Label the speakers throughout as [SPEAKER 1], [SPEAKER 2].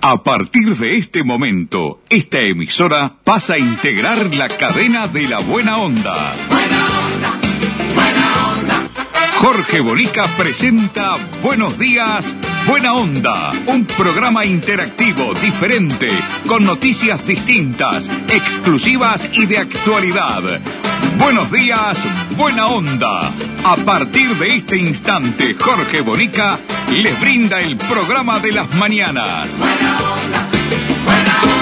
[SPEAKER 1] A partir de este momento, esta emisora pasa a integrar la cadena de la buena onda.
[SPEAKER 2] Buena onda, buena onda.
[SPEAKER 1] Jorge Bonica presenta Buenos Días, Buena Onda, un programa interactivo, diferente, con noticias distintas, exclusivas y de actualidad. Buenos días, Buena Onda. A partir de este instante, Jorge Bonica les brinda el programa de las mañanas.
[SPEAKER 2] Buena onda, buena onda.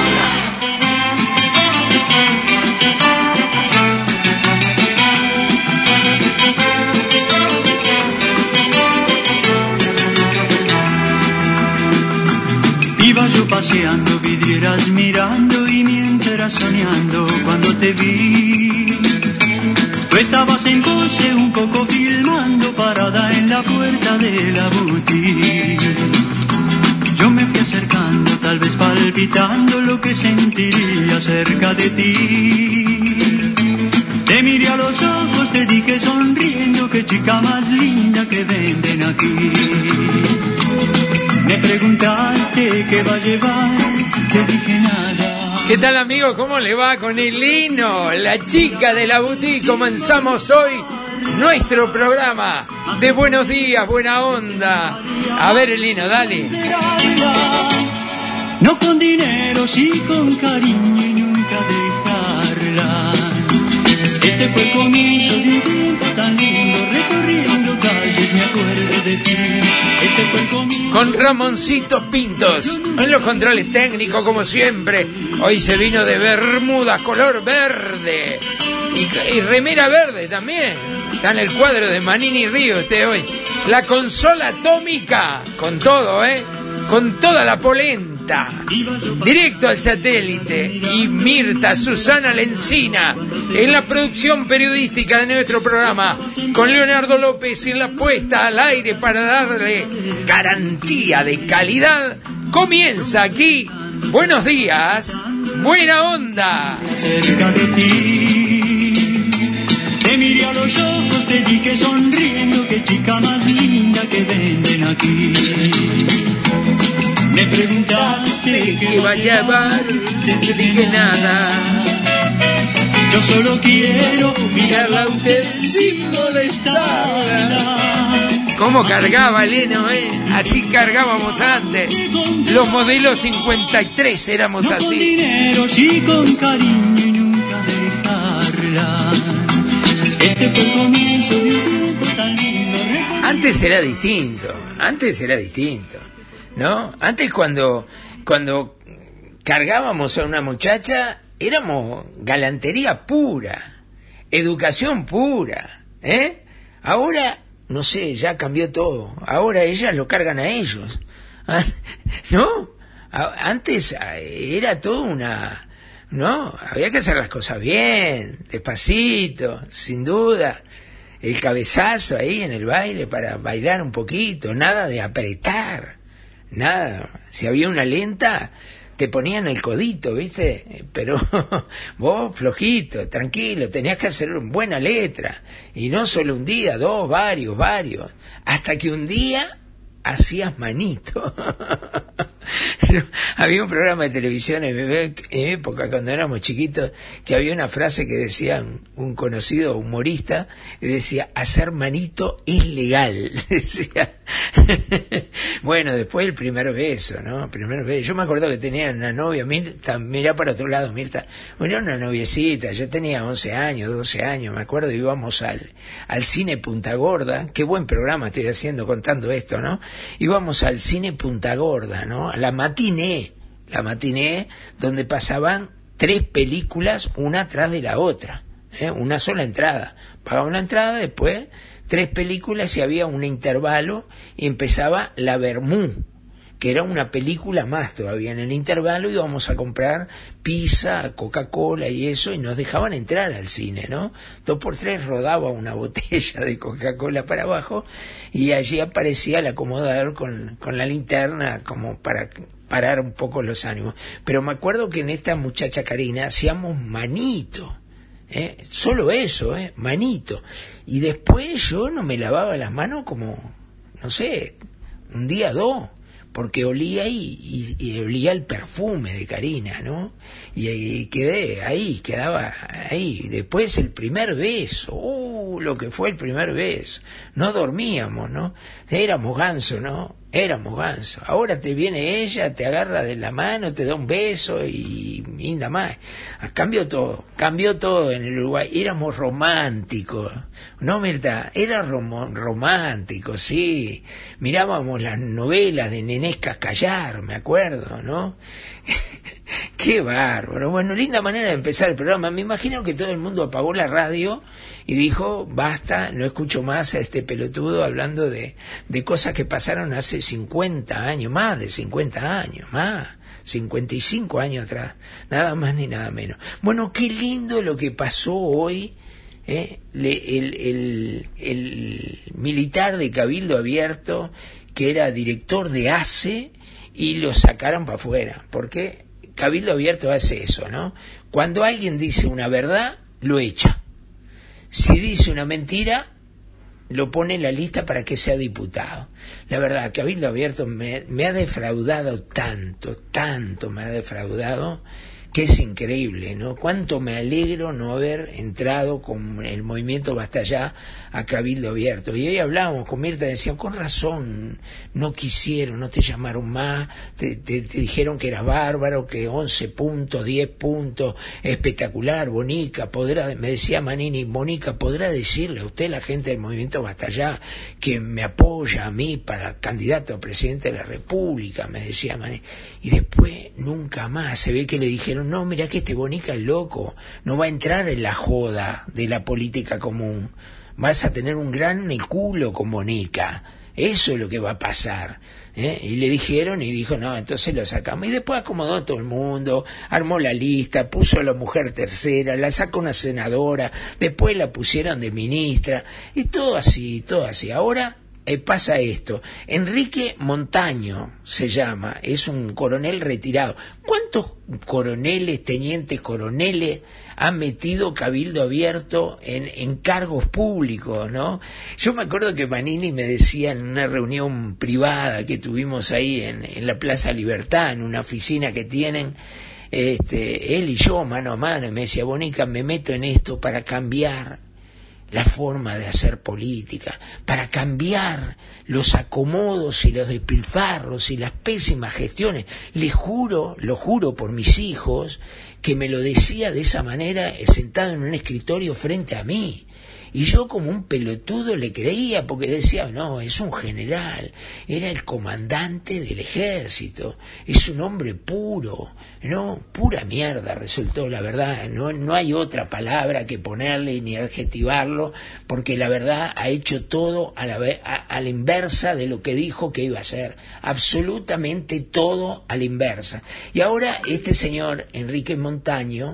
[SPEAKER 3] Iba yo paseando, vidrieras mirando y mientras soñando cuando te vi. Tú estabas en coche un poco filmando, parada en la puerta de la boutique. Yo me fui acercando, tal vez palpitando lo que sentiría cerca de ti. Te miré a los ojos, te dije sonriendo, qué chica más linda que venden aquí. Me preguntaste qué va a llevar, te dije nada.
[SPEAKER 4] ¿Qué tal, amigos? ¿Cómo le va con el Lino, la chica de la boutique? Comenzamos hoy nuestro programa de Buenos Días, Buena Onda. A ver, el Lino, dale.
[SPEAKER 3] No con dinero, sí con cariño y nunca dejarla. Este fue el comienzo de un tiempo tan lindo, recorriendo calles me acuerdo de ti. Este fue el comienzo.
[SPEAKER 4] Con Ramoncito Pintos en los controles técnicos, como siempre. Hoy se vino de bermuda color verde y remera verde también. Está en el cuadro de Manini Río usted hoy. La consola atómica, con todo, con toda la polenta, directo al satélite. Y Mirta Susana Lencina en la producción periodística de nuestro programa, con Leonardo López en la puesta al aire para darle garantía de calidad. Comienza aquí Buenos Días, Buena Onda.
[SPEAKER 3] Cerca de ti, te miré a los ojos, te dije sonriendo, qué chica más linda que venden aquí. Me preguntaste
[SPEAKER 4] ¿Qué va a llevar? Te dije nada.
[SPEAKER 3] Yo solo quiero
[SPEAKER 4] Mirarla a usted sin molestarla. ¿Cómo cargaba Leno, Así cargábamos antes. Los modelos 53 éramos
[SPEAKER 3] no
[SPEAKER 4] así.
[SPEAKER 3] con dinero, sí con cariño y nunca dejarla. Este fue el comienzo de un tiempo tan lindo.
[SPEAKER 4] Antes era distinto, ¿no? Antes cuando cargábamos a una muchacha, éramos galantería pura, educación pura, Ahora, no sé, ya cambió todo. Ahora ellas lo cargan a ellos, ¿no? Antes era todo una... No, había que hacer las cosas bien, despacito, sin duda. El cabezazo ahí en el baile para bailar un poquito, nada de apretar, nada. Si había una lenta, te ponían el codito, ¿viste? Pero vos flojito, tranquilo, tenías que hacer buena letra. Y no solo un día, dos, varios. Hasta que un día hacías manito. Había un programa de televisión en mi época, cuando éramos chiquitos, que había una frase que decía un conocido humorista, que decía, hacer manito es legal. Decía. Bueno, después el primer beso, ¿no? Yo me acuerdo que tenía una novia, Mirta, mirá para otro lado, Mirta, bueno, una noviecita, yo tenía 11 años, 12 años, me acuerdo, íbamos al cine Punta Gorda, qué buen programa estoy haciendo contando esto, ¿no? Íbamos al cine Punta Gorda, ¿no? A la matiné, donde pasaban 3 películas una tras de la otra, una sola entrada. Pagaba una entrada, después 3 películas y había un intervalo y empezaba La Vermú, que era una película más todavía. En el intervalo íbamos a comprar pizza, Coca-Cola y eso, y nos dejaban entrar al cine, ¿no? 2x3 rodaba una botella de Coca-Cola para abajo y allí aparecía el acomodador con la linterna como para parar un poco los ánimos. Pero me acuerdo que en esta muchacha Karina hacíamos manito, solo eso, manito. Y después yo no me lavaba las manos como, no sé, un día, 2, porque olía y olía el perfume de Karina, ¿no? Y quedaba ahí. Después el primer beso, lo que fue el primer beso. No dormíamos, ¿no? Éramos gansos, ¿no? Éramos gansos. Ahora te viene ella, te agarra de la mano, te da un beso y nada más. Cambió todo en el Uruguay. Éramos románticos, ¿no, Mirta? Era romántico, sí. Mirábamos las novelas de Nenés Cascallar, me acuerdo, ¿no? Qué bárbaro. Bueno, linda manera de empezar el programa. Me imagino que todo el mundo apagó la radio y dijo, basta, no escucho más a este pelotudo hablando de cosas que pasaron hace 50 años, más de 50 años, más, 55 años atrás, nada más ni nada menos. Bueno, qué lindo lo que pasó hoy, el militar de Cabildo Abierto, que era director de ACE, y lo sacaron para afuera, porque Cabildo Abierto hace eso, ¿no? Cuando alguien dice una verdad, lo echa. Si dice una mentira, lo pone en la lista para que sea diputado. La verdad, Cabildo Abierto me ha defraudado tanto me ha defraudado, que es increíble, ¿no? Cuánto me alegro no haber entrado con el movimiento Basta Ya a Cabildo Abierto. Y hoy hablábamos con Mirta, decían, con razón, no quisieron, no te llamaron más, te dijeron que eras bárbaro, que 11 puntos, 10 puntos, espectacular, Bonica, me decía Manini, Bonica, ¿podrá decirle a usted, la gente del movimiento Basta Ya, que me apoya a mí para candidato a presidente de la República? Me decía Manini. Y después, nunca más, se ve que le dijeron, no, mira que este Bonica es loco, no va a entrar en la joda de la política común, vas a tener un gran culo con Bonica, eso es lo que va a pasar, Y le dijeron y dijo, no, entonces lo sacamos. Y después acomodó a todo el mundo, armó la lista, puso a la mujer tercera, la sacó una senadora, después la pusieron de ministra, y todo así. Ahora pasa esto. Enrique Montaño se llama, es un coronel retirado. ¿Cuántos coroneles, tenientes coroneles ha metido Cabildo Abierto en cargos públicos, ¿no? Yo me acuerdo que Manini me decía en una reunión privada que tuvimos ahí en la Plaza Libertad, en una oficina que tienen, él y yo mano a mano, y me decía, Bonica, me meto en esto para cambiar la forma de hacer política, para cambiar los acomodos y los despilfarros y las pésimas gestiones. Lo juro por mis hijos, que me lo decía de esa manera, sentado en un escritorio frente a mí. Y yo como un pelotudo le creía, porque decía, no, es un general, era el comandante del ejército, es un hombre puro, no, pura mierda resultó, la verdad, no hay otra palabra que ponerle ni adjetivarlo, porque la verdad ha hecho todo a la inversa de lo que dijo que iba a hacer, absolutamente todo a la inversa. Y ahora este señor Enrique Montaño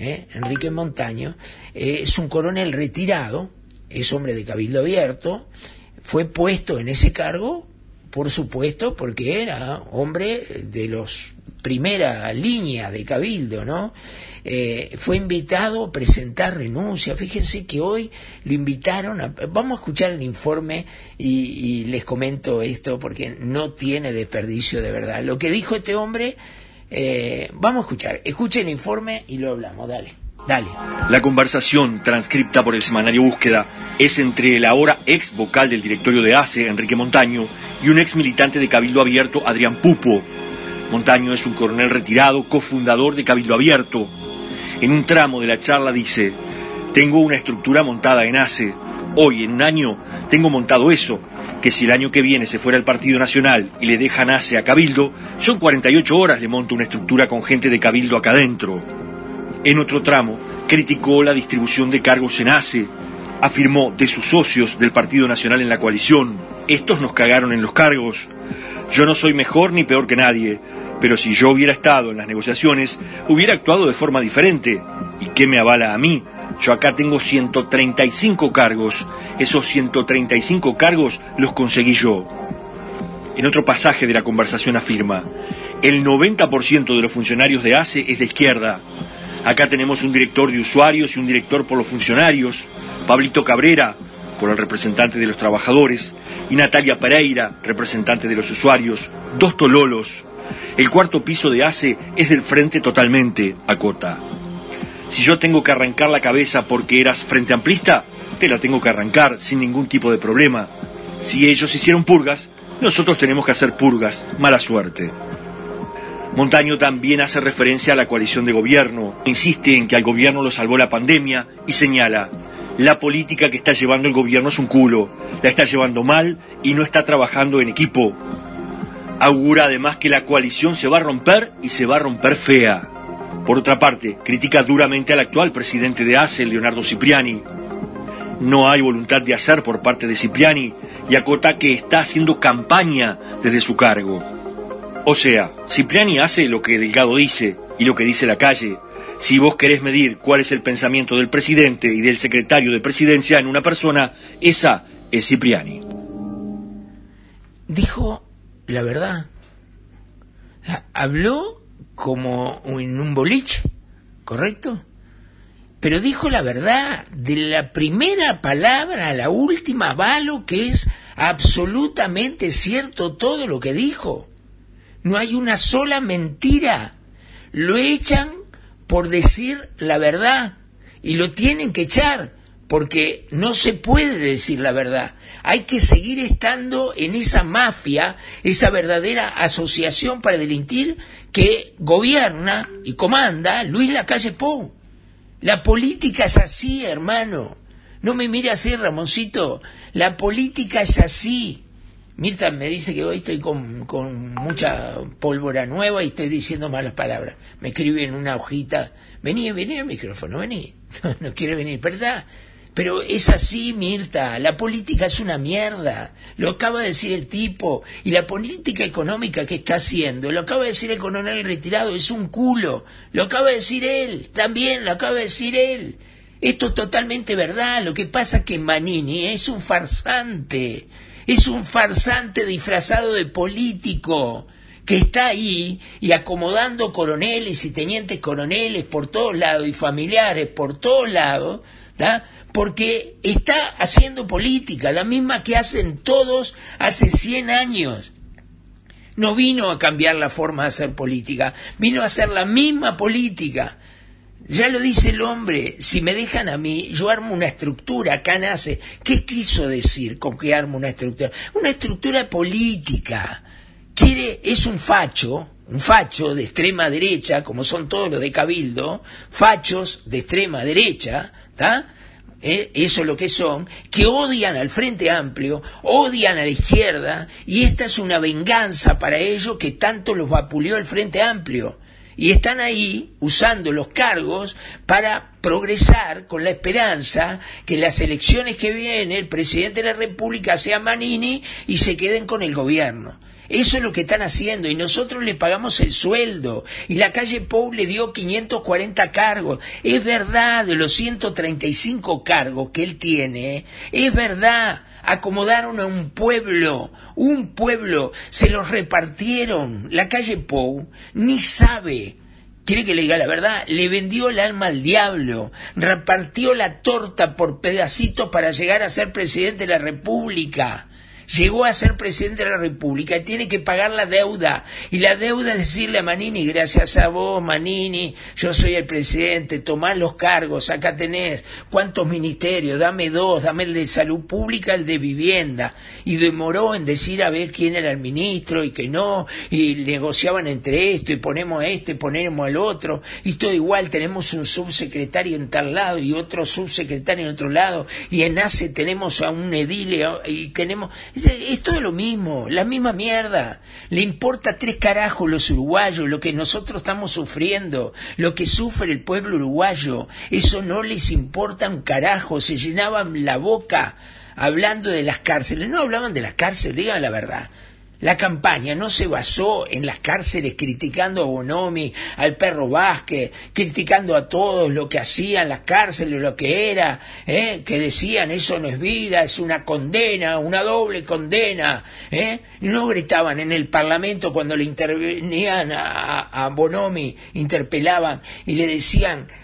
[SPEAKER 4] es un coronel retirado, es hombre de Cabildo Abierto, fue puesto en ese cargo, por supuesto, porque era hombre de los primera línea de Cabildo, ¿no? Fue invitado a presentar renuncia. Fíjense que hoy lo invitaron vamos a escuchar el informe y les comento esto porque no tiene desperdicio de verdad. Lo que dijo este hombre, vamos a escuchen el informe y lo hablamos, dale.
[SPEAKER 5] La conversación, transcripta por el semanario Búsqueda, es entre el ahora ex vocal del directorio de ACE, Enrique Montaño, y un ex militante de Cabildo Abierto, Adrián Pupo. Montaño es un coronel retirado, cofundador de Cabildo Abierto. En un tramo de la charla dice, tengo una estructura montada en ACE. Hoy, en un año, tengo montado eso, que si el año que viene se fuera el Partido Nacional y le dejan ACE a Cabildo, yo en 48 horas le monto una estructura con gente de Cabildo acá adentro. En otro tramo, criticó la distribución de cargos en ACE, afirmó de sus socios del Partido Nacional en la coalición, estos nos cagaron en los cargos. Yo no soy mejor ni peor que nadie, pero si yo hubiera estado en las negociaciones, hubiera actuado de forma diferente. ¿Y qué me avala a mí? Yo acá tengo 135 cargos, esos 135 cargos los conseguí yo. En otro pasaje de la conversación afirma, el 90% de los funcionarios de ACE es de izquierda. Acá tenemos un director de usuarios y un director por los funcionarios. Pablito Cabrera, por el representante de los trabajadores, y Natalia Pereira, representante de los usuarios, 2 tololos. El cuarto piso de ACE es del frente totalmente, acota. Si yo tengo que arrancar la cabeza porque eras frente amplista, te la tengo que arrancar sin ningún tipo de problema. Si ellos hicieron purgas, nosotros tenemos que hacer purgas. Mala suerte. Montaño también hace referencia a la coalición de gobierno. Insiste en que al gobierno lo salvó la pandemia y señala: la política que está llevando el gobierno es un culo, la está llevando mal y no está trabajando en equipo. Augura además que la coalición se va a romper y se va a romper fea. Por otra parte, critica duramente al actual presidente de ACE, Leonardo Cipriani. No hay voluntad de hacer por parte de Cipriani y acota que está haciendo campaña desde su cargo. O sea, Cipriani hace lo que Delgado dice y lo que dice la calle. Si vos querés medir cuál es el pensamiento del presidente y del secretario de presidencia en una persona, esa es Cipriani.
[SPEAKER 4] Dijo la verdad. Habló como en un boliche, ¿correcto? Pero dijo la verdad, de la primera palabra a la última, Valo, que es absolutamente cierto todo lo que dijo. No hay una sola mentira. Lo echan por decir la verdad y lo tienen que echar porque no se puede decir la verdad. Hay que seguir estando en esa mafia, esa verdadera asociación para delinquir que gobierna y comanda Luis Lacalle Pou. La política es así, hermano. No me mire así, Ramoncito. La política es así. Mirta me dice que hoy estoy con mucha pólvora nueva y estoy diciendo malas palabras. Me escribe en una hojita: vení al micrófono, vení. No quiere venir, ¿verdad? Pero es así, Mirta. La política es una mierda. Lo acaba de decir el tipo. Y la política económica que está haciendo, lo acaba de decir el coronel retirado, es un culo. Lo acaba de decir él. También lo acaba de decir él. Esto es totalmente verdad. Lo que pasa es que Manini es un farsante. Es un farsante disfrazado de político que está ahí y acomodando coroneles y tenientes coroneles por todos lados y familiares por todos lados, ¿tá? Porque está haciendo política, la misma que hacen todos hace 100 años. No vino a cambiar la forma de hacer política, vino a hacer la misma política. Ya lo dice el hombre: si me dejan a mí, yo armo una estructura. Acá nace. ¿Qué quiso decir con que armo una estructura? Una estructura política. Es un facho de extrema derecha, como son todos los de Cabildo, fachos de extrema derecha, ¿tá? Eso es lo que son, que odian al Frente Amplio, odian a la izquierda, y esta es una venganza para ellos que tanto los vapuleó el Frente Amplio. Y están ahí usando los cargos para progresar con la esperanza que en las elecciones que vienen el presidente de la República sea Manini y se queden con el gobierno. Eso es lo que están haciendo y nosotros le pagamos el sueldo y Lacalle Pou le dio 540 cargos. Es verdad, de los 135 cargos que él tiene, es verdad. Acomodaron a un pueblo, se los repartieron. Lacalle Pou ni sabe, quiere que le diga la verdad, le vendió el alma al diablo, repartió la torta por pedacitos para llegar a ser presidente de la República. Llegó a ser presidente de la República y tiene que pagar la deuda. Y la deuda es decirle a Manini: gracias a vos, Manini, yo soy el presidente, tomá los cargos, acá tenés cuántos ministerios, dame 2, dame el de salud pública, el de vivienda. Y demoró en decir a ver quién era el ministro y que no, y negociaban entre esto y ponemos a este, ponemos al otro, y todo igual, tenemos un subsecretario en tal lado y otro subsecretario en otro lado, y en ACE tenemos a un edile y tenemos... Es todo lo mismo, la misma mierda. Le importa 3 carajos los uruguayos, lo que nosotros estamos sufriendo, lo que sufre el pueblo uruguayo. Eso no les importa un carajo. Se llenaban la boca hablando de las cárceles. No hablaban de las cárceles, digan la verdad. La campaña no se basó en las cárceles criticando a Bonomi, al Perro Vázquez, criticando a todos lo que hacían las cárceles, lo que era, que decían eso no es vida, es una condena, una doble condena. No gritaban en el Parlamento cuando le intervenían a Bonomi, interpelaban y le decían: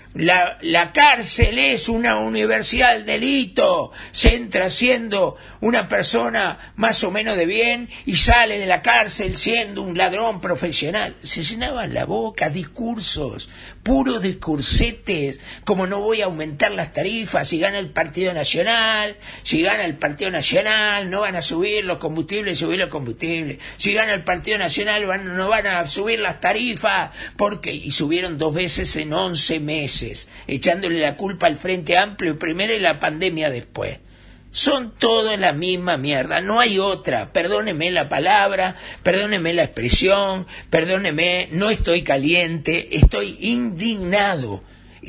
[SPEAKER 4] la cárcel es una universidad del delito, se entra siendo una persona más o menos de bien y sale de la cárcel siendo un ladrón profesional. Se llenaban la boca, discursos, puros discursetes, como no voy a aumentar las tarifas si gana el Partido Nacional, no van a subir los combustibles, si gana el Partido Nacional no van a subir las tarifas, porque y subieron 2 veces en 11 meses, echándole la culpa al Frente Amplio primero y la pandemia después. Son todos la misma mierda, no hay otra. Perdóneme la palabra, perdóneme la expresión, perdóneme, no estoy caliente, estoy indignado.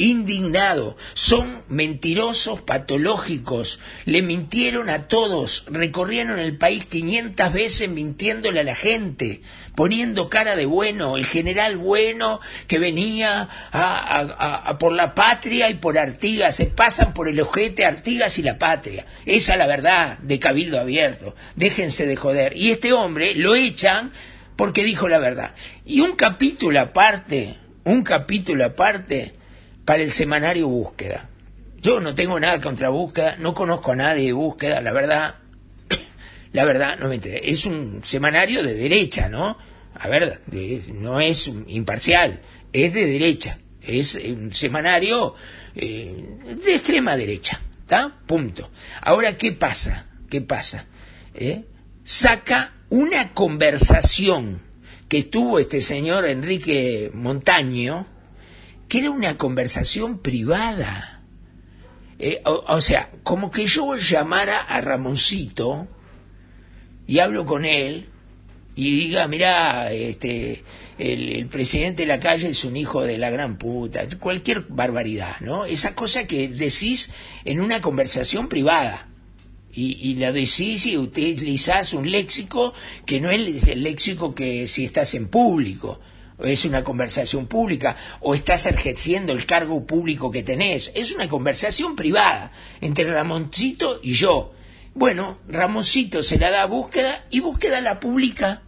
[SPEAKER 4] Son mentirosos patológicos, le mintieron a todos, recorrieron el país 500 veces mintiéndole a la gente, poniendo cara de bueno, el general bueno que venía a por la patria y por Artigas, se pasan por el ojete Artigas y la patria. Esa es la verdad de Cabildo Abierto, déjense de joder. Y este hombre lo echan porque dijo la verdad. Y un capítulo aparte para el semanario Búsqueda. Yo no tengo nada contra Búsqueda, no conozco a nadie de Búsqueda, la verdad no me interesa. Es un semanario de derecha, ¿no? A ver, no es imparcial, es de derecha, es un semanario de extrema derecha, ¿está? Punto. Ahora, ¿qué pasa? Saca una conversación que tuvo este señor Enrique Montaño, que era una conversación privada. O sea, como que yo llamara a Ramoncito y hablo con él y diga, mirá, el presidente de la calle es un hijo de la gran puta, cualquier barbaridad, ¿no? Esa cosa que decís en una conversación privada. Y la decís y utilizás un léxico que no es el léxico que si estás en público. Es una conversación pública, o estás ejerciendo el cargo público que tenés. Es una conversación privada entre Ramoncito y yo. Bueno, Ramoncito se la da a Búsqueda y Búsqueda la publica.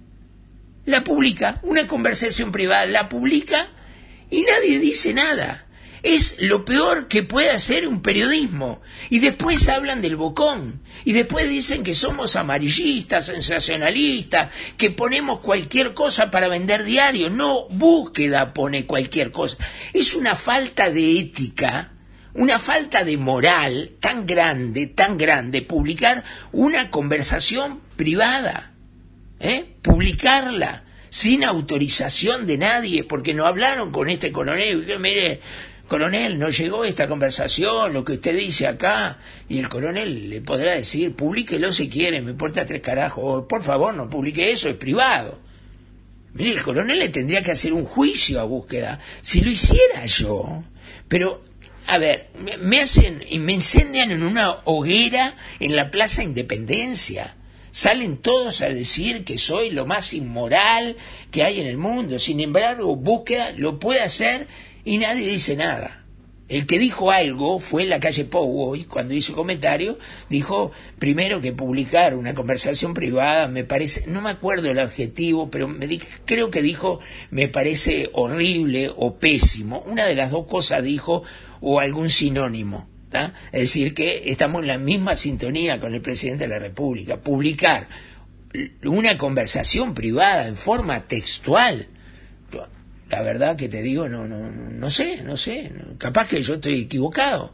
[SPEAKER 4] Una conversación privada, la publica y nadie dice nada. Es lo peor que puede hacer un periodismo. Y después hablan del Bocón. Y después dicen que somos amarillistas, sensacionalistas, que ponemos cualquier cosa para vender diarios. No, Búsqueda pone cualquier cosa. Es una falta de ética, una falta de moral tan grande, publicar una conversación privada. Publicarla sin autorización de nadie, porque no hablaron con este coronel. Mire, coronel, nos llegó esta conversación, lo que usted dice acá, y el coronel le podrá decir, publíquelo si quiere, me importa 3 carajos, o por favor no publique eso, es privado. Mire, el coronel le tendría que hacer un juicio a Búsqueda, si lo hiciera yo, pero, a ver, me incendian en una hoguera en la Plaza Independencia. Salen todos a decir que soy lo más inmoral que hay en el mundo. Sin embargo, Búsqueda lo puede hacer y nadie dice nada. El que dijo algo fue en la calle Pou hoy, cuando hizo comentario, dijo primero que publicar una conversación privada me parece, no me acuerdo el adjetivo, pero creo que dijo me parece horrible o pésimo. Una de las dos cosas dijo, o algún sinónimo. ¿tá? Es decir, que estamos en la misma sintonía con el presidente de la República. Publicar una conversación privada en forma textual, la verdad que te digo, no sé, capaz que yo estoy equivocado,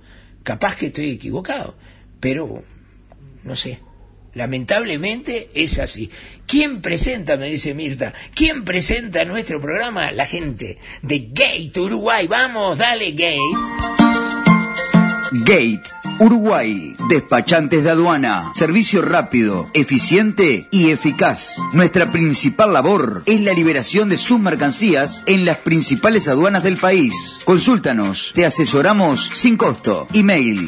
[SPEAKER 4] pero no sé, lamentablemente es así. ¿Quién presenta, me dice Mirta, quién presenta nuestro programa? La gente de Gate Uruguay. Vamos, dale Gate.
[SPEAKER 6] Gate Uruguay, despachantes de aduana, servicio rápido, eficiente y eficaz. Nuestra principal labor es la liberación de sus mercancías en las principales aduanas del país. Consúltanos, te asesoramos sin costo. Email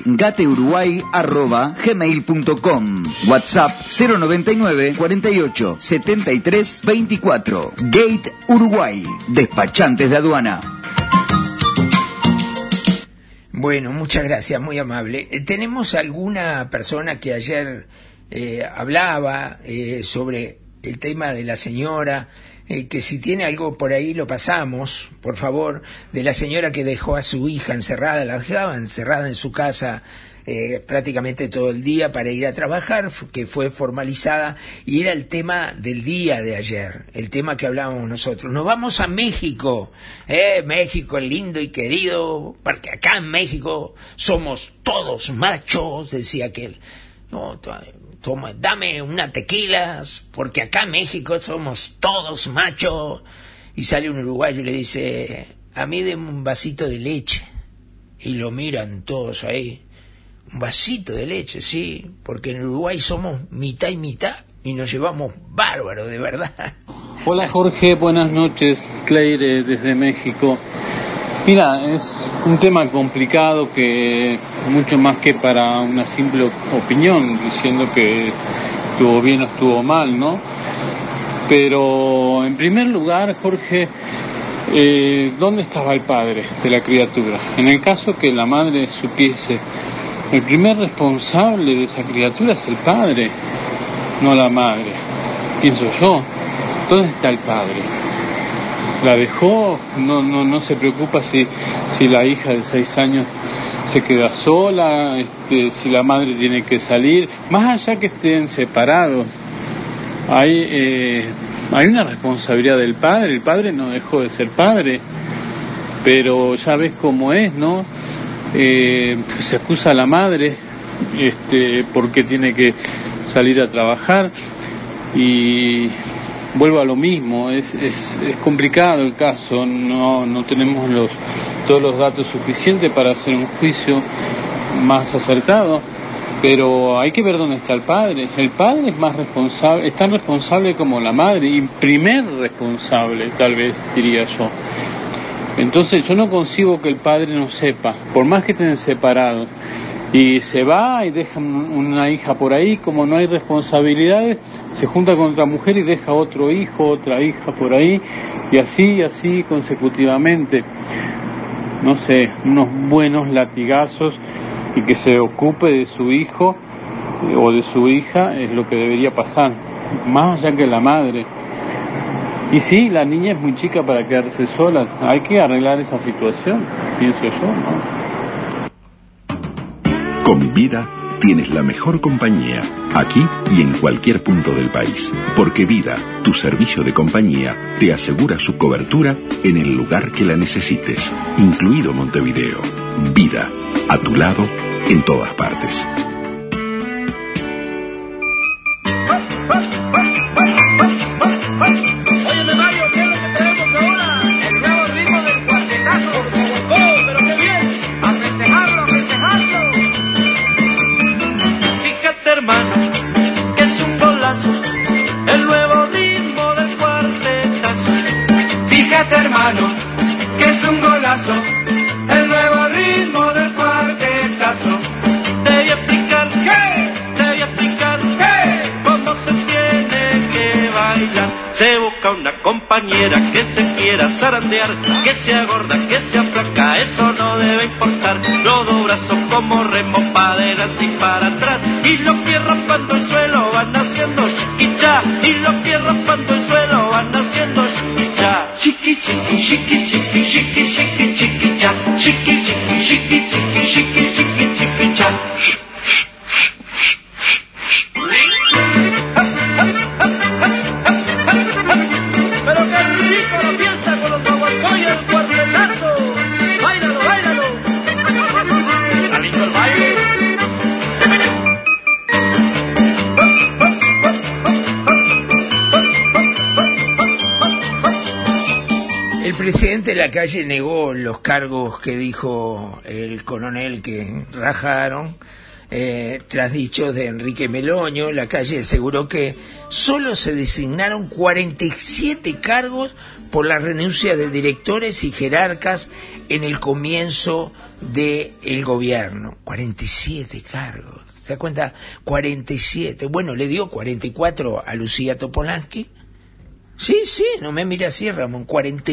[SPEAKER 6] gateuruguay@gmail.com. WhatsApp 099 48 73 24. Gate Uruguay, despachantes de aduana.
[SPEAKER 4] Bueno, muchas gracias, muy amable. Tenemos alguna persona que ayer hablaba sobre el tema de la señora que si tiene algo por ahí lo pasamos, por favor, de la señora que dejó a su hija encerrada, la dejaba encerrada en su casa prácticamente todo el día para ir a trabajar, que fue formalizada, y era el tema del día de ayer, el tema que hablábamos nosotros. Nos vamos a México, México lindo y querido, porque acá en México somos todos machos, decía aquel. No, toma, dame una tequila, porque acá en México somos todos machos. Y sale un uruguayo y le dice, a mí denme un vasito de leche. Y lo miran todos ahí. Un vasito de leche, sí, porque en Uruguay somos mitad y mitad y nos llevamos bárbaro, de verdad.
[SPEAKER 7] Hola Jorge, buenas noches, Cleire desde México. Mira, es un tema complicado que mucho más que para una simple opinión, diciendo que estuvo bien o estuvo mal, ¿no? Pero en primer lugar, Jorge, ¿dónde estaba el padre de la criatura? En el caso que la madre supiese, el primer responsable de esa criatura es el padre, no la madre, pienso yo. ¿Dónde está el padre? ¿La dejó? No se preocupa si la hija de 6 años se queda sola, si la madre tiene que salir, más allá que estén separados. Hay una responsabilidad del padre. El padre no dejó de ser padre, pero ya ves cómo es, ¿no? Se acusa a la madre porque tiene que salir a trabajar, y vuelvo a lo mismo. Es complicado el caso, no tenemos todos los datos suficientes para hacer un juicio más acertado, pero hay que ver dónde está el padre. El padre es más responsable, es tan responsable como la madre, y primer responsable, tal vez diría yo. Entonces yo no concibo que el padre no sepa, por más que estén separados, y se va y deja una hija por ahí, como no hay responsabilidades, se junta con otra mujer y deja otro hijo, otra hija por ahí, y así consecutivamente. No sé, unos buenos latigazos, y que se ocupe de su hijo o de su hija es lo que debería pasar, más allá que la madre. Y sí, la niña es muy chica para quedarse sola. Hay que arreglar esa situación, pienso yo, ¿no?
[SPEAKER 8] Con Vida tienes la mejor compañía, aquí y en cualquier punto del país. Porque Vida, tu servicio de compañía, te asegura su cobertura en el lugar que la necesites, incluido Montevideo. Vida, a tu lado, en todas partes.
[SPEAKER 2] Hermano, que es un golazo, el nuevo ritmo del cuartetazo. Te voy a explicar, te voy a explicar cómo se tiene que bailar. Se busca una compañera que se quiera zarandear, que sea gorda, que sea flaca, eso no debe importar. Los dos brazos como remo para adelante y para atrás, y los pies raspando el suelo van haciendo chiquicha, y los pies raspando el suelo van haciendo chiquicha. Chiqui chiqui chiqui chiqui chiqui chiqui chiqui cha, chiqui chiqui chiqui chiqui chiqui chiqui chiqui cha. Pero qué rico la fiesta con los guaguancos y el cuartetazo. Báilalo, báilalo. ¿Está listo el baile?
[SPEAKER 4] El presidente Lacalle negó los cargos que dijo el coronel que rajaron. Tras dichos de Enrique Meloño, Lacalle aseguró que solo se designaron 47 cargos por la renuncia de directores y jerarcas en el comienzo del gobierno. 47 cargos. ¿Se da cuenta? 47. Bueno, le dio 44 a Lucía Topolansky. Sí, no me mira así, Ramón.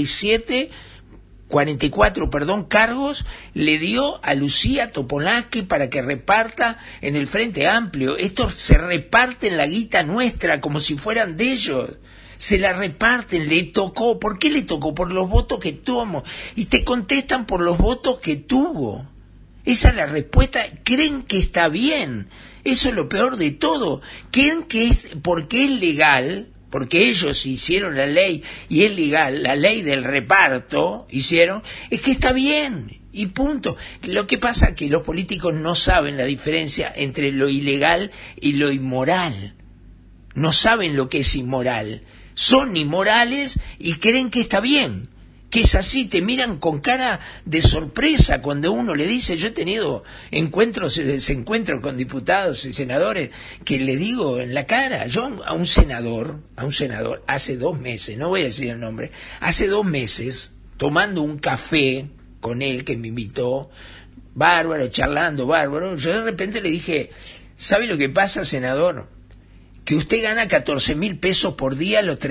[SPEAKER 4] 44 cargos le dio a Lucía Topolansky para que reparta en el Frente Amplio. Estos se reparten la guita nuestra como si fueran de ellos. se la reparten, le tocó. ¿Por qué le tocó? Por los votos que tuvo. Y te contestan por los votos que tuvo. Esa es la respuesta. Creen que está bien. Eso es lo peor de todo. Creen que es porque es legal, porque ellos hicieron la ley y es legal, la ley del reparto hicieron, es que está bien. Y punto. Lo que pasa es que los políticos no saben la diferencia entre lo ilegal y lo inmoral. No saben lo que es inmoral. Son inmorales y creen que está bien, que es así. Te miran con cara de sorpresa cuando uno le dice. Yo he tenido encuentros y desencuentros con diputados y senadores que le digo en la cara. Yo a un senador hace 2 meses, no voy a decir el nombre, hace 2 meses, tomando un café con él, que me invitó, bárbaro, charlando, bárbaro, yo de repente le dije, ¿sabe lo que pasa, senador? Que usted gana 14.000 pesos por día los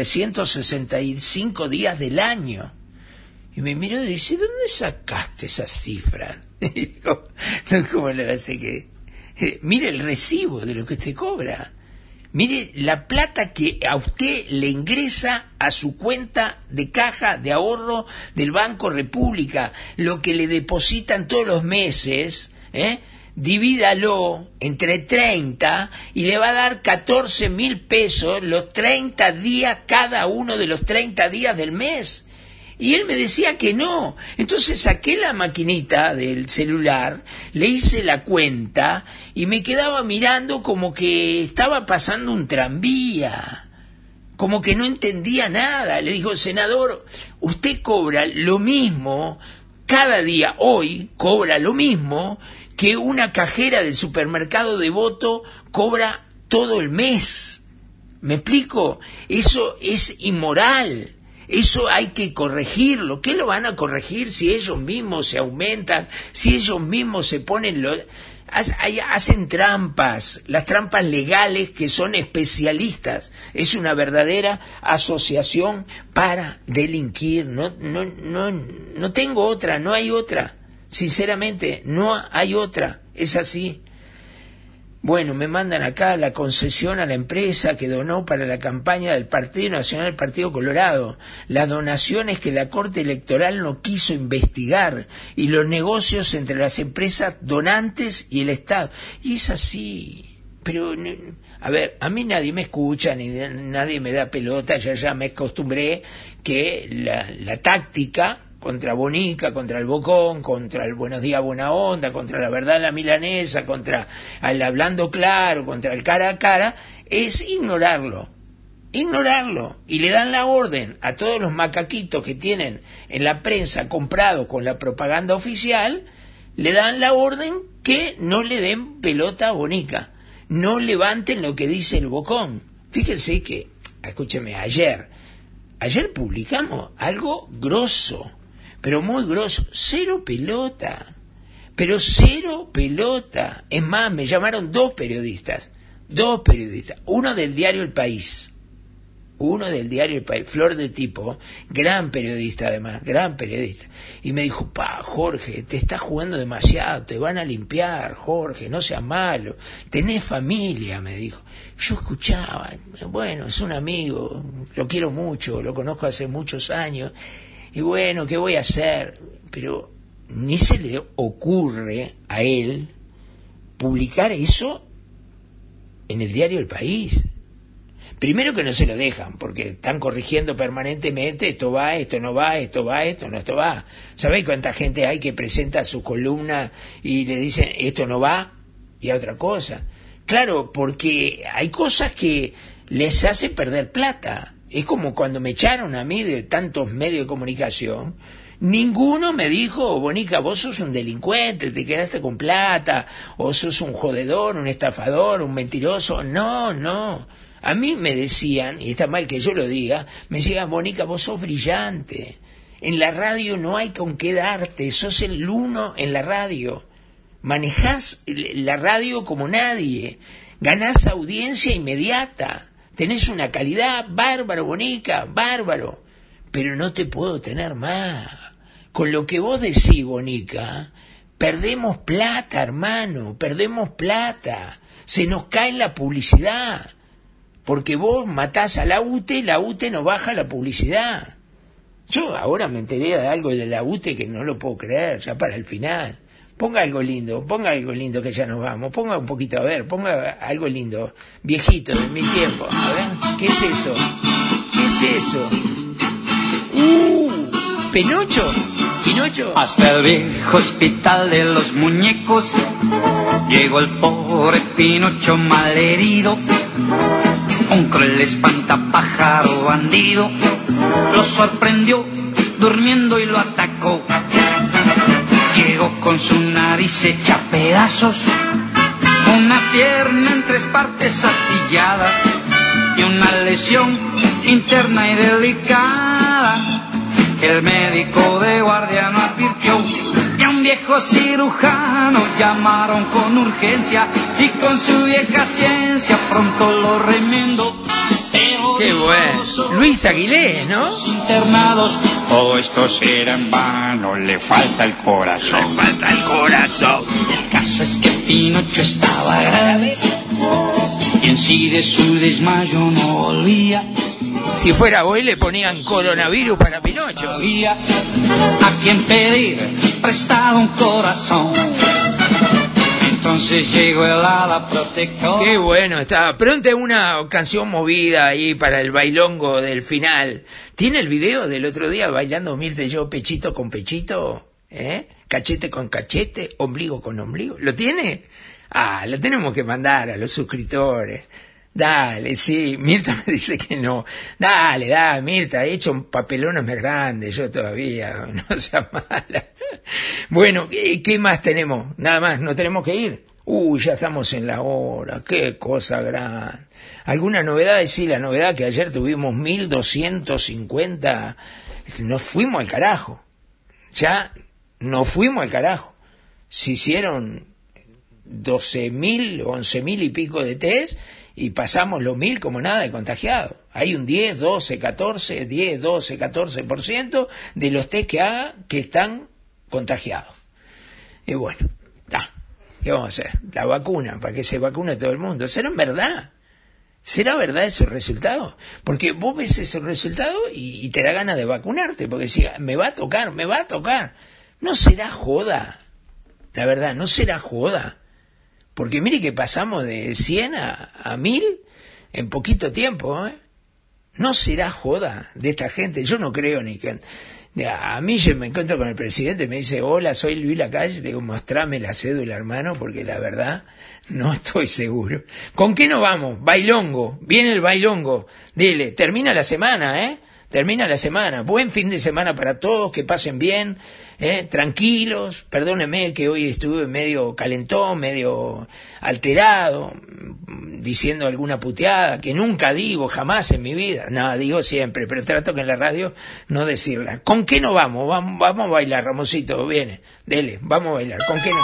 [SPEAKER 4] 365 días del año. Y me miró y dice, ¿dónde sacaste esas cifras? Y digo, no, ¿cómo le hace que? Mire el recibo de lo que usted cobra. Mire la plata que a usted le ingresa a su cuenta de caja de ahorro del Banco República, lo que le depositan todos los meses, divídalo entre 30 y le va a dar 14.000 pesos los 30 días, cada uno de los 30 días del mes. Y él me decía que no. Entonces saqué la maquinita del celular, le hice la cuenta y me quedaba mirando como que estaba pasando un tranvía, como que no entendía nada. Le dijo, senador, usted cobra lo mismo cada día, hoy cobra lo mismo que una cajera del supermercado de Voto cobra todo el mes. ¿Me explico? Eso es inmoral. Eso hay que corregirlo. ¿Qué lo van a corregir si ellos mismos se aumentan, si ellos mismos se ponen hacen trampas, las trampas legales que son especialistas? Es una verdadera asociación para delinquir. No tengo otra, no hay otra. Sinceramente, no hay otra. Es así. Bueno, me mandan acá la concesión a la empresa que donó para la campaña del Partido Nacional, el Partido Colorado, las donaciones que la Corte Electoral no quiso investigar y los negocios entre las empresas donantes y el Estado. Y es así. Pero, a ver, a mí nadie me escucha, ni nadie me da pelota, ya me acostumbré que la táctica contra Bonica, contra el Bocón, contra el Buenos Días Buena Onda, contra la Verdad la Milanesa, contra el Hablando Claro, contra el Cara a Cara, es ignorarlo, y le dan la orden a todos los macaquitos que tienen en la prensa comprados con la propaganda oficial, le dan la orden que no le den pelota a Bonica, no levanten lo que dice el Bocón. Fíjense que, escúcheme, ayer publicamos algo grosso, pero muy grosso, cero pelota. Es más, me llamaron dos periodistas, uno del diario El País, Flor de Tipo, gran periodista además, y me dijo, Jorge, te estás jugando demasiado, te van a limpiar, Jorge, no seas malo, tenés familia, me dijo. Yo escuchaba, bueno, es un amigo, lo quiero mucho, lo conozco hace muchos años, y bueno, ¿qué voy a hacer? Pero ni se le ocurre a él publicar eso en el diario El País. Primero que no se lo dejan, porque están corrigiendo permanentemente, esto va, esto no va, esto va, esto no, esto va. ¿Sabéis cuánta gente hay que presenta su columna y le dicen esto no va y a otra cosa? Claro, porque hay cosas que les hacen perder plata. Es como cuando me echaron a mí de tantos medios de comunicación, ninguno me dijo, Bonica, vos sos un delincuente, te quedaste con plata, o sos un jodedor, un estafador, un mentiroso. No. A mí me decían, y está mal que yo lo diga, me decían, Bonica, vos sos brillante. En la radio no hay con qué darte, sos el uno en la radio. Manejás la radio como nadie, ganás audiencia inmediata. Tenés una calidad bárbaro, Bonica, bárbaro, pero no te puedo tener más. Con lo que vos decís, Bonica, perdemos plata, hermano, perdemos plata. Se nos cae la publicidad. porque vos matás a la UTE no baja la publicidad. Yo ahora me enteré de algo de la UTE que no lo puedo creer, ya para el final. Ponga algo lindo que ya nos vamos, ponga un poquito, a ver, ponga algo lindo, viejito, de mi tiempo, a ver, ¿qué es eso? ¿Qué es eso? ¿Pinocho?
[SPEAKER 9] Hasta el viejo hospital de los muñecos llegó el pobre Pinocho malherido. Un cruel espantapájaro bandido lo sorprendió durmiendo y lo atacó. Llegó con su nariz hecha pedazos, una pierna en 3 partes astillada y una lesión interna y delicada. El médico de guardia no advirtió y a un viejo cirujano llamaron con urgencia y con su vieja ciencia pronto lo remendó.
[SPEAKER 4] Qué bueno. Luis Aguilé, ¿no?
[SPEAKER 9] Internados, todo esto será en vano, le falta el corazón. El caso es que Pinocho estaba grave y en sí de su desmayo no volvía.
[SPEAKER 4] Si fuera hoy le ponían coronavirus para Pinocho.
[SPEAKER 9] Había a quien pedir prestado un corazón. Entonces llegó el ala protector.
[SPEAKER 4] Qué bueno está. Pronto una canción movida ahí para el bailongo del final. ¿Tiene el video del otro día bailando Mirta y yo pechito con pechito? Cachete con cachete, ombligo con ombligo. ¿Lo tiene? Lo tenemos que mandar a los suscriptores. Dale, sí, Mirta me dice que no. Dale, Mirta, he hecho un papelón más grande, yo todavía, no sea mala. Bueno, ¿qué más tenemos? Nada más, ¿no tenemos que ir? Ya estamos en la hora, qué cosa grande. ¿Alguna novedad? Sí, la novedad que ayer tuvimos 1250, nos fuimos al carajo. Ya, nos fuimos al carajo. Se hicieron 12.000, 11.000 y pico de test, y pasamos los 1.000 como nada de contagiados. Hay un 14% de los test que haga que están contagiados. Y bueno, ¿qué vamos a hacer? La vacuna, para que se vacune todo el mundo. ¿Será verdad? ¿Será verdad esos resultados? Porque vos ves esos resultados y te da ganas de vacunarte, porque si me va a tocar. No será joda, la verdad, no será joda. Porque mire que pasamos de 100 a 1000 en poquito tiempo, No será joda de esta gente. Yo no creo ni que... A mí yo me encuentro con el presidente, me dice, hola, soy Luis Lacalle, le digo, mostrame la cédula, hermano, porque la verdad no estoy seguro. ¿Con qué nos vamos? Bailongo, viene el bailongo. Dile, termina la semana, termina la semana. Buen fin de semana para todos, que pasen bien, tranquilos. Perdónenme que hoy estuve medio calentón, medio alterado, diciendo alguna puteada que nunca digo jamás en mi vida. No, digo siempre, pero trato que en la radio no decirla. ¿Con qué no vamos? Vamos a bailar, Ramosito, viene. Dele, vamos a bailar. ¿Con qué no?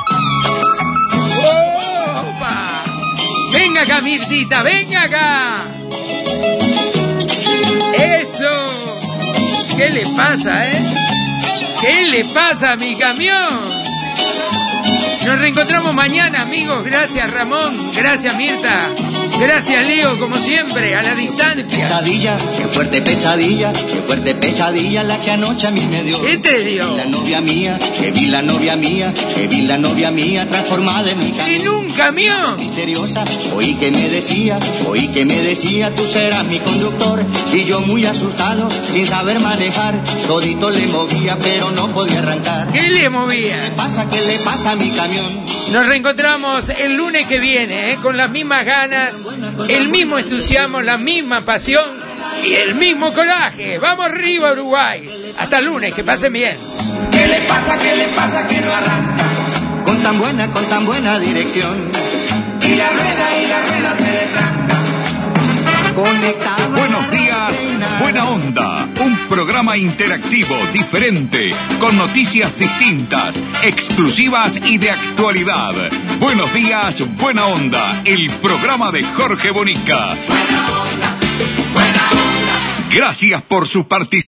[SPEAKER 4] ¡Opa! Venga acá, Mirtita, venga acá. ¡Eso! ¿Qué le pasa, ¿Qué le pasa a mi camión? Nos reencontramos mañana, amigos. Gracias, Ramón. Gracias, Mirta. Gracias, Leo, como siempre, a la distancia.
[SPEAKER 10] Qué fuerte pesadilla la que anoche a mí me dio.
[SPEAKER 4] ¿Qué te dio?
[SPEAKER 10] Vi la novia mía transformada en un camión.
[SPEAKER 4] ¿En un camión?
[SPEAKER 10] Misteriosa, oí que me decía, tú serás mi conductor. Y yo muy asustado, sin saber manejar, todito le movía, pero no podía arrancar.
[SPEAKER 4] ¿Qué le movía?
[SPEAKER 10] ¿Qué le pasa a mi camión?
[SPEAKER 4] Nos reencontramos el lunes que viene, con las mismas ganas, el mismo entusiasmo, la misma pasión y el mismo coraje. Vamos arriba, Uruguay. Hasta el lunes, que pasen bien.
[SPEAKER 2] ¿Qué le pasa que no arranca?
[SPEAKER 10] Con tan buena dirección.
[SPEAKER 2] Y la rueda se detranca.
[SPEAKER 1] Buenos días, buena onda. Un programa interactivo, diferente, con noticias distintas, exclusivas y de actualidad. Buenos días, buena onda. El programa de Jorge Bonica.
[SPEAKER 2] Buena onda.
[SPEAKER 1] Gracias por su participación.